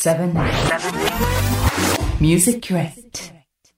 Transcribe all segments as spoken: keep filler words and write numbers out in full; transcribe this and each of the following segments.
セブンナイン Music Crate。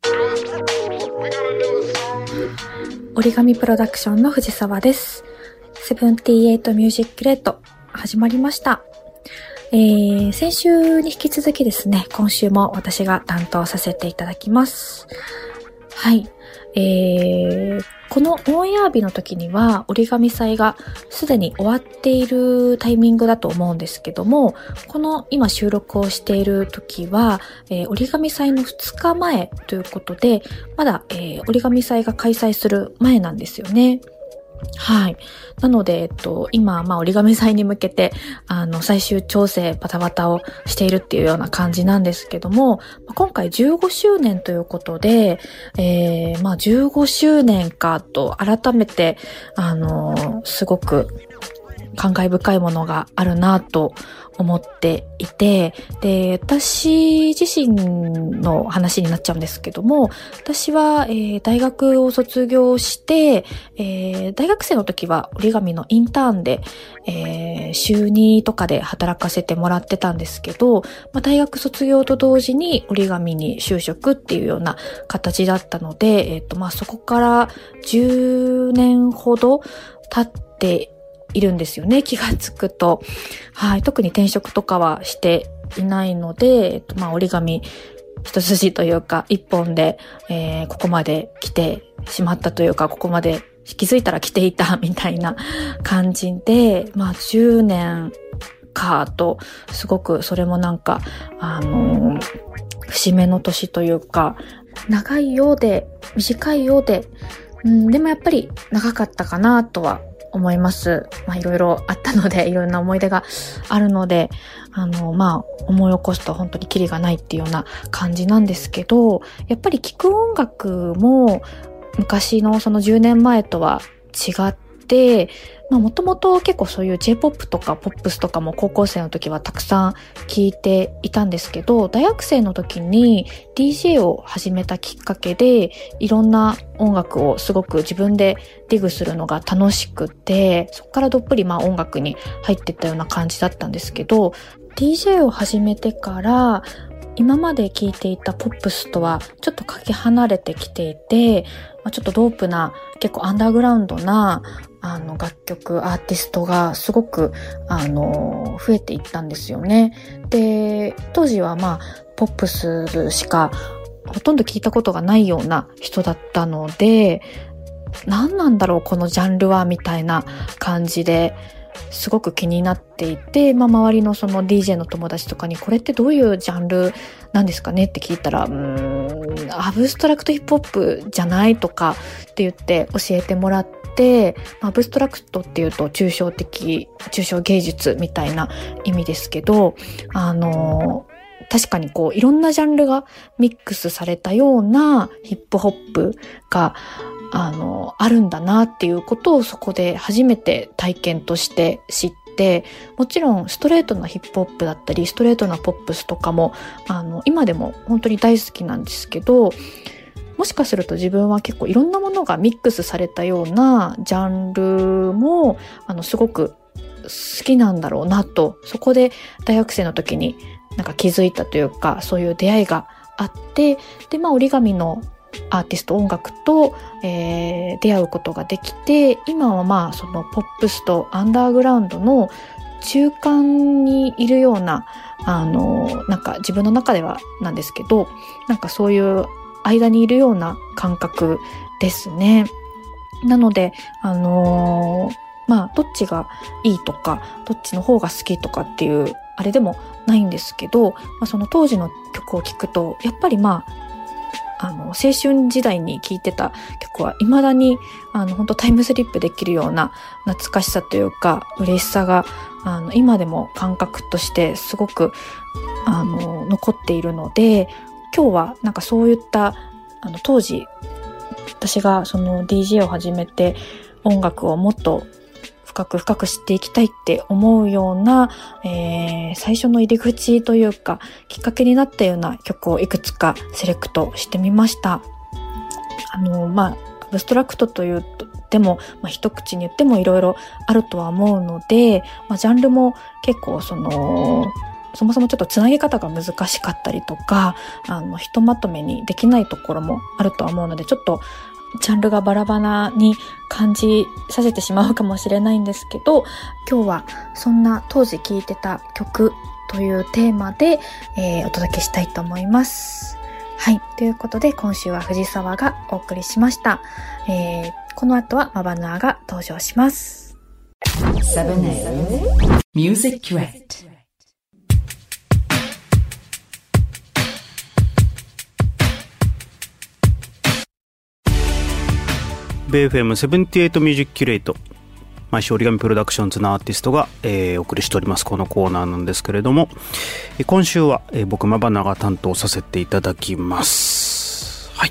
折り紙プロダクションの藤沢です。セブンティーエイトミュージックレート始まりました。えー、先週に引き続きですね、今週も私が担当させていただきます。はい。えー、このオンエア日の時には折り紙祭がすでに終わっているタイミングだと思うんですけども、この今収録をしている時は、えー、折り紙祭のふつかまえということで、まだ、えー、折り紙祭が開催する前なんですよね。はい。なので、えっと、今、まあ、折り紙祭に向けて、あの、最終調整バタバタをしているっていうような感じなんですけども、今回じゅうごしゅうねんということで、えー、まあ、じゅうごしゅうねんかと改めて、あの、すごく感慨深いものがあるなと思っていて、で、私自身の話になっちゃうんですけども、私は、えー、大学を卒業して、えー、大学生の時は折り紙のインターンで、えー、週にとかで働かせてもらってたんですけど、まあ、大学卒業と同時に折り紙に就職っていうような形だったので、えっと、まあ、そこからじゅうねんほど経っているんですよね、気がつくと。はい。特に転職とかはしていないので、えっと、まあ、折り紙一筋というか、一本で、えー、ここまで来てしまったというか、ここまで気づいたら来ていたみたいな感じで、まあ、じゅうねんかと、すごくそれもなんか、あのー、節目の年というか、長いようで、短いようで、うん、でもやっぱり長かったかなとは思います。まあいろいろあったので、いろんな思い出があるので、あの、まあ思い起こすと本当にキリがないっていうような感じなんですけど、やっぱり聴く音楽も昔のそのじゅうねんまえとは違って、まあもともと結構そういう J-ポップ とかポップスとかも高校生の時はたくさん聴いていたんですけど、大学生の時に ディージェー を始めたきっかけで、いろんな音楽をすごく自分でディグするのが楽しくて、そこからどっぷりまあ音楽に入っていったような感じだったんですけど、ディージェー を始めてから今まで聴いていたポップスとはちょっとかけ離れてきていて、ちょっとドープな結構アンダーグラウンドなあの楽曲アーティストがすごくあの増えていったんですよね。で、当時はまあポップスしかほとんど聞いたことがないような人だったので、何なんだろうこのジャンルはみたいな感じですごく気になっていて、まあ周りのその ディージェー の友達とかにこれってどういうジャンルなんですかねって聞いたら、うーん、アブストラクトヒップホップじゃないとかって言って教えてもらって、アブストラクトっていうと抽象的、抽象芸術みたいな意味ですけど、あの、確かにこういろんなジャンルがミックスされたようなヒップホップがあの、あるんだなっていうことをそこで初めて体験として知って、もちろんストレートなヒップホップだったり、ストレートなポップスとかも、あの、今でも本当に大好きなんですけど、もしかすると自分は結構いろんなものがミックスされたようなジャンルも、あの、すごく好きなんだろうなと、そこで大学生の時になんか気づいたというか、そういう出会いがあって、で、まあ折り紙のアーティスト音楽と、えー、出会うことができて、今はまあそのポップスとアンダーグラウンドの中間にいるような、あの、なんか自分の中ではなんですけど、なんかそういう間にいるような感覚ですね。なので、あのー、まあどっちがいいとか、どっちの方が好きとかっていうあれでもないんですけど、まあ、その当時の曲を聴くと、やっぱりまああの、青春時代に聴いてた曲は未だに、あの、本当タイムスリップできるような懐かしさというか、嬉しさが、あの、今でも感覚としてすごく、あの、残っているので、今日はなんかそういった、あの、当時、私がその ディージェー を始めて音楽をもっと深く深く知っていきたいって思うような、えー、最初の入り口というかきっかけになったような曲をいくつかセレクトしてみました。あのまあアブストラクトというとでも、まあ、一口に言ってもいろいろあるとは思うので、まあ、ジャンルも結構そのそもそもちょっとつなぎ方が難しかったりとか、あの、ひとまとめにできないところもあるとは思うので、ちょっとジャンルがバラバラに感じさせてしまうかもしれないんですけど、今日はそんな当時聴いてた曲というテーマで、えー、お届けしたいと思います。はい。ということで、今週は藤沢がお送りしました。えー、この後はマバヌアが登場します。 セブンエイト Music Crate。 ベイエフエムセブンティエイト ミュージックキュレート、毎週折り紙プロダクションズのアーティストが、えー、お送りしておりますこのコーナーなんですけれども、えー、今週は、えー、僕マバナが担当させていただきます。はい。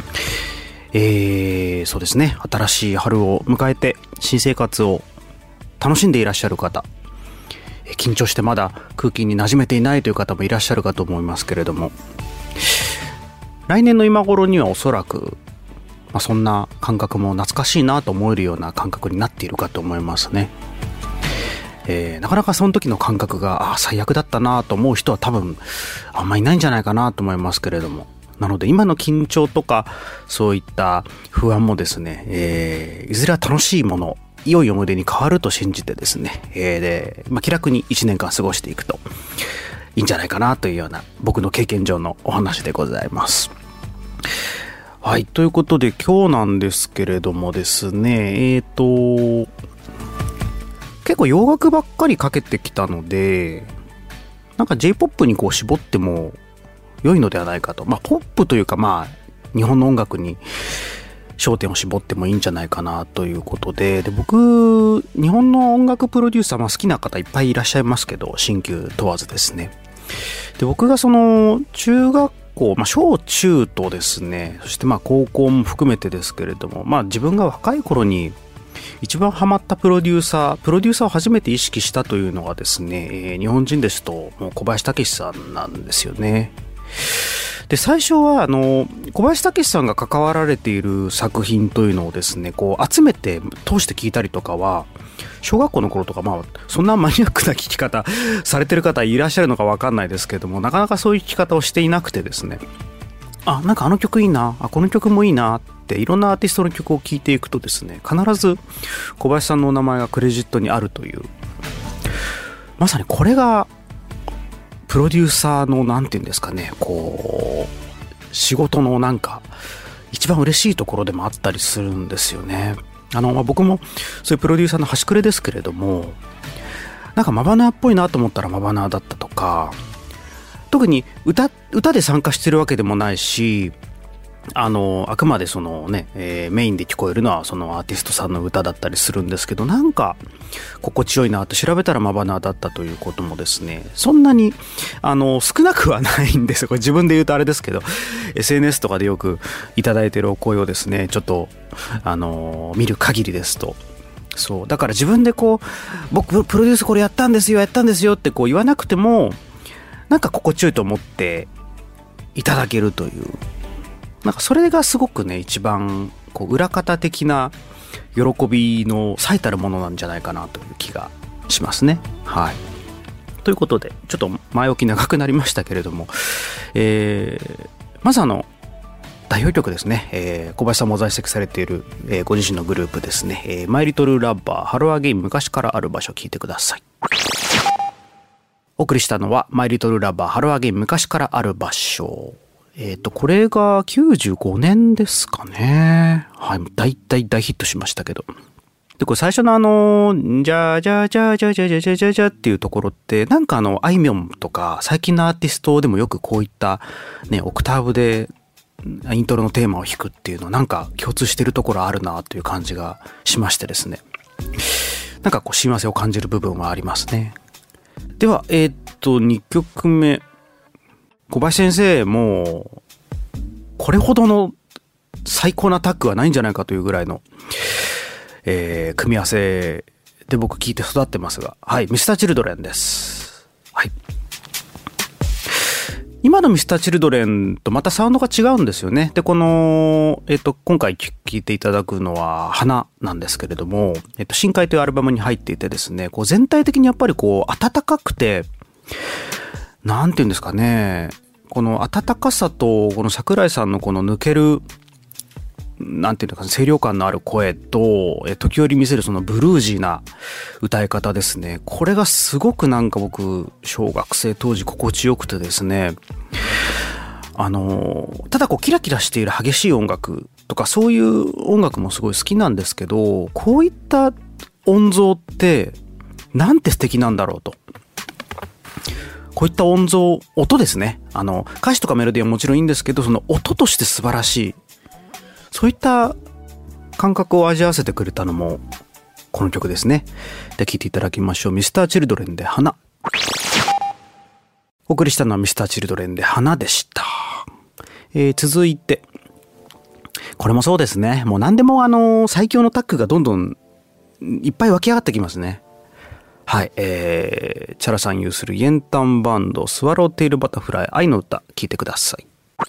えー、そうですね、新しい春を迎えて新生活を楽しんでいらっしゃる方、えー、緊張してまだ空気に馴染めていないという方もいらっしゃるかと思いますけれども、来年の今頃にはおそらくまあ、そんな感覚も懐かしいなと思えるような感覚になっているかと思いますね。えー、なかなかその時の感覚があ最悪だったなと思う人は多分あんまいないんじゃないかなと思いますけれども、なので今の緊張とかそういった不安もですね、えー、いずれは楽しいもの、良い思い出に変わると信じてですね、えーでまあ、気楽にいちねんかん過ごしていくといいんじゃないかなというような僕の経験上のお話でございます。はい。ということで今日なんですけれどもですね、えーと、結構洋楽ばっかりかけてきたので、なんか J-ポップ にこう絞っても良いのではないかと。まあ、ポップというかまあ、日本の音楽に焦点を絞ってもいいんじゃないかなということで、で、僕、日本の音楽プロデューサー、まあ好きな方いっぱいいらっしゃいますけど、新旧問わずですね。で、僕がその、中学まあ、小中とですね、そしてまあ高校も含めてですけれども、まあ自分が若い頃に一番ハマったプロデューサー、プロデューサーを初めて意識したというのがですね、えー、日本人ですともう小林武史さんなんですよね。で、最初はあの小林武史さんが関わられている作品というのをですね、こう集めて通して聞いたりとかは、小学校の頃とか、まあそんなマニアックな聞き方されてる方いらっしゃるのか分かんないですけども、なかなかそういう聞き方をしていなくてですね、あ、なんかあの曲いいな、あ、この曲もいいなっていろんなアーティストの曲を聴いていくとですね、必ず小林さんのお名前がクレジットにあるという、まさにこれがプロデューサーのなんていうんですかね、こう仕事のなんか一番嬉しいところでもあったりするんですよね。あの、まあ、僕もそういうプロデューサーの端くれですけれども、なんかマバナーっぽいなと思ったらマバナーだったとか、特に歌、歌で参加してるわけでもないし、あの、あくまでそのね、えー、メインで聞こえるのはそのアーティストさんの歌だったりするんですけど、なんか心地よいなと調べたらマバナーだったということもですね、そんなにあの少なくはないんですよ。これ自分で言うとあれですけど、 エスエヌエス とかでよくいただいているお声をですね、ちょっとあの見る限りですと、そうだから自分でこう僕プロデュースこれやったんですよやったんですよってこう言わなくても、なんか心地よいと思っていただけるという、なんかそれがすごくね、一番こう裏方的な喜びの最たるものなんじゃないかなという気がしますね。はい。ということで、ちょっと前置き長くなりましたけれども、えー、まずあの代表曲ですね、えー、小林さんも在籍されている、えー、ご自身のグループですね、えー、マイリトルラッバーハローアゲイン昔からある場所を聞いてください。お送りしたのはマイリトルラッバーハローアゲイン昔からある場所。えっと、これがきゅうじゅうごねんですかね。はい、大体大ヒットしましたけど。で、これ最初のあの、じゃじゃじゃじゃじゃじゃじゃじゃじゃっていうところって、なんかあの、あいみょんとか、最近のアーティストでもよくこういった、ね、オクターブで、イントロのテーマを弾くっていうのはなんか共通してるところあるなという感じがしましてですね。なんかこう、親和性を感じる部分はありますね。では、えっと、にきょくめ。小林先生もこれほどの最高なタッグはないんじゃないかというぐらいの、えー、組み合わせで僕聞いて育ってますが、はい、ミスターチルドレンです。はい。今のミスターチルドレンとまたサウンドが違うんですよね。で、この、えっと、今回聴いていただくのは花なんですけれども、えっと、深海というアルバムに入っていてですね、こう全体的にやっぱりこう暖かくて、 なんていうんですかね、この温かさとこの桜井さんのこの抜けるなんていうか清涼感のある声と時折見せるそのブルージーな歌い方ですね。これがすごくなんか僕小学生当時心地よくてですね、あのただこうキラキラしている激しい音楽とかそういう音楽もすごい好きなんですけど、こういった音像ってなんて素敵なんだろうと。こういった音像、音ですね。あの歌詞とかメロディーはもちろんいいんですけど、その音として素晴らしい、そういった感覚を味わわせてくれたのもこの曲ですね。で、聴いていただきましょう。ミスターチルドレンで花。お送りしたのはミスターチルドレンで花でした。えー、続いてこれもそうですね。もう何でもあの最強のタッグがどんどんいっぱい湧き上がってきますね。はい、えー、チャラさん有するイエンタンバンドスワローテイルバタフライ愛の歌、聴いてください。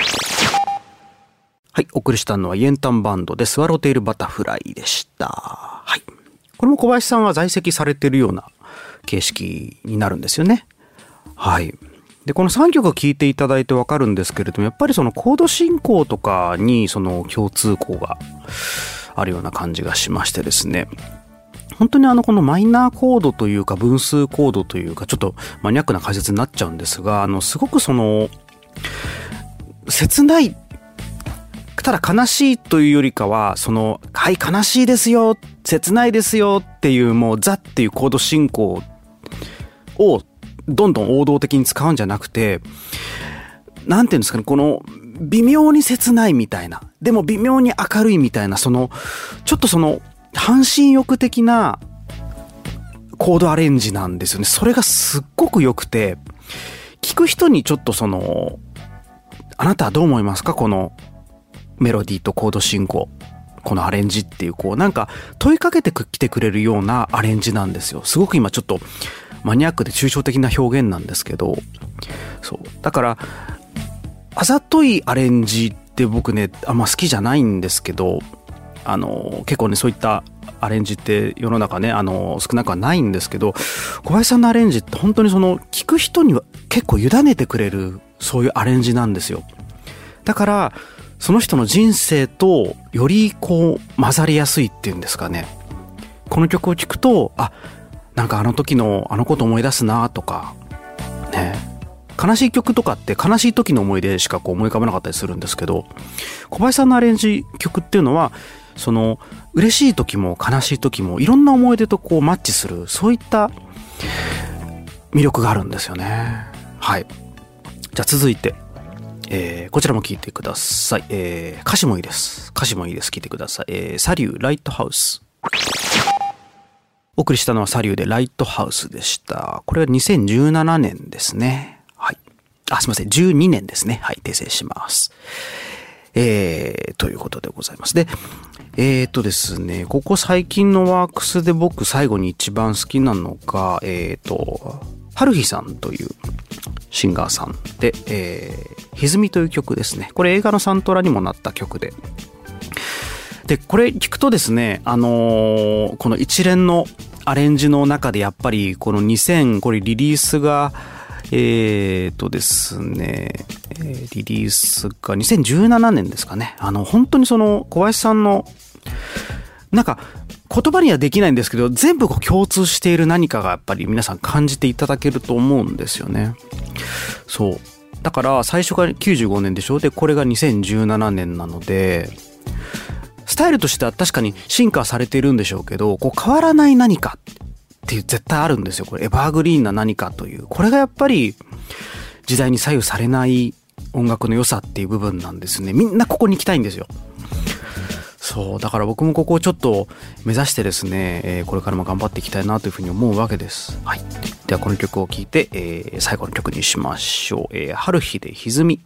はい、お送りしたのはイエンタンバンドでスワローテイルバタフライでした。はい。これも小林さんは在籍されているような形式になるんですよね。はい。で、このさんきょく聴いていただいてわかるんですけれども、やっぱりそのコード進行とかにその共通項があるような感じがしましてですね。本当にあのこのマイナーコードというか分数コードというかちょっとマニアックな解説になっちゃうんですが、あのすごくその切ないただ悲しいというよりかは、その、はい、悲しいですよ、切ないですよっていう、もうザっていうコード進行をどんどん王道的に使うんじゃなくて、なんていうんですかね、この微妙に切ないみたいな、でも微妙に明るいみたいな、そのちょっとその半身浴的なコードアレンジなんですよね。それがすっごく良くて、聞く人にちょっとその、あなたはどう思いますか、このメロディーとコード進行、このアレンジっていう、こうなんか問いかけてきてくれるようなアレンジなんですよ。すごく今ちょっとマニアックで抽象的な表現なんですけど、そうだからあざといアレンジって僕ねあんま好きじゃないんですけど、あの結構ねそういったアレンジって世の中ねあの少なくはないんですけど、小林さんのアレンジって本当にその聞く人には結構委ねてくれる、そういうアレンジなんですよ。だからその人の人生とよりこう混ざりやすいっていうんですかね。この曲を聴くと、あ、なんかあの時のあのこと思い出すなとかね。悲しい曲とかって悲しい時の思い出しかこう思い浮かばなかったりするんですけど、小林さんのアレンジ曲っていうのはその嬉しい時も悲しい時もいろんな思い出とこうマッチする、そういった魅力があるんですよね。はい。じゃあ続いて、えー、こちらも聴いてください。えー、歌詞もいいです。歌詞もいいです。聴いてください。えー、サリューライトハウス。お送りしたのはサリューでライトハウスでした。これはにせんじゅうななねんですね。はい。あ、すみません。じゅうにねんですね。はい。訂正します。えー、ということでございます。で、えーとですね、ここ最近のワークスで僕最後に一番好きなのが、えーと、春日さんというシンガーさんで、えー、歪みという曲ですね。これ映画のサントラにもなった曲で。で、これ聞くとですね、あのー、この一連のアレンジの中でやっぱりこのにせん、これリリースが、えーとですね、リリースがにせんじゅうななねんですかね。あの、本当にその小林さんの、なんか言葉にはできないんですけど、全部こう共通している何かがやっぱり皆さん感じていただけると思うんですよね。そう。だから最初がきゅうじゅうごねんでしょ。で、これがにせんじゅうななねんなので、スタイルとしては確かに進化されているんでしょうけど、こう変わらない何かっていう絶対あるんですよ。これエバーグリーンな何かという。これがやっぱり時代に左右されない音楽の良さっていう部分なんですね。みんなここに行きたいんですよ。そうだから僕もここをちょっと目指してですね、えー、これからも頑張っていきたいなというふうに思うわけです。はい。ではこの曲を聴いて、えー、最後の曲にしましょう。えー、春日で歪み。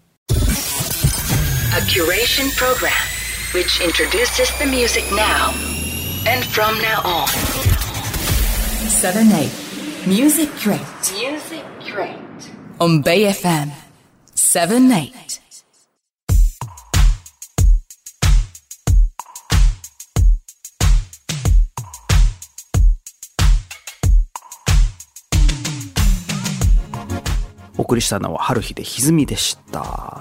A curation program which introduces the music now and from now on. Southern Night Music Crate. Music Crate. On Bay エフエム Seven Night. お送送りしたのは春日で歪みでした。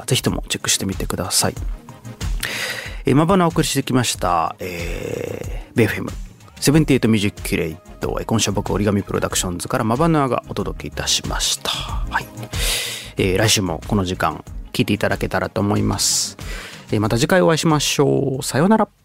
ぜひともチェックしてみてください。えー、マバナお送りしてきました、えー、ベイエフエムセブンティエイトミュージックキュレイト、今週は僕折り紙プロダクションズからマバナがお届けいたしました。はい、えー、来週もこの時間聞いていただけたらと思います。えー、また次回お会いしましょう。さようなら。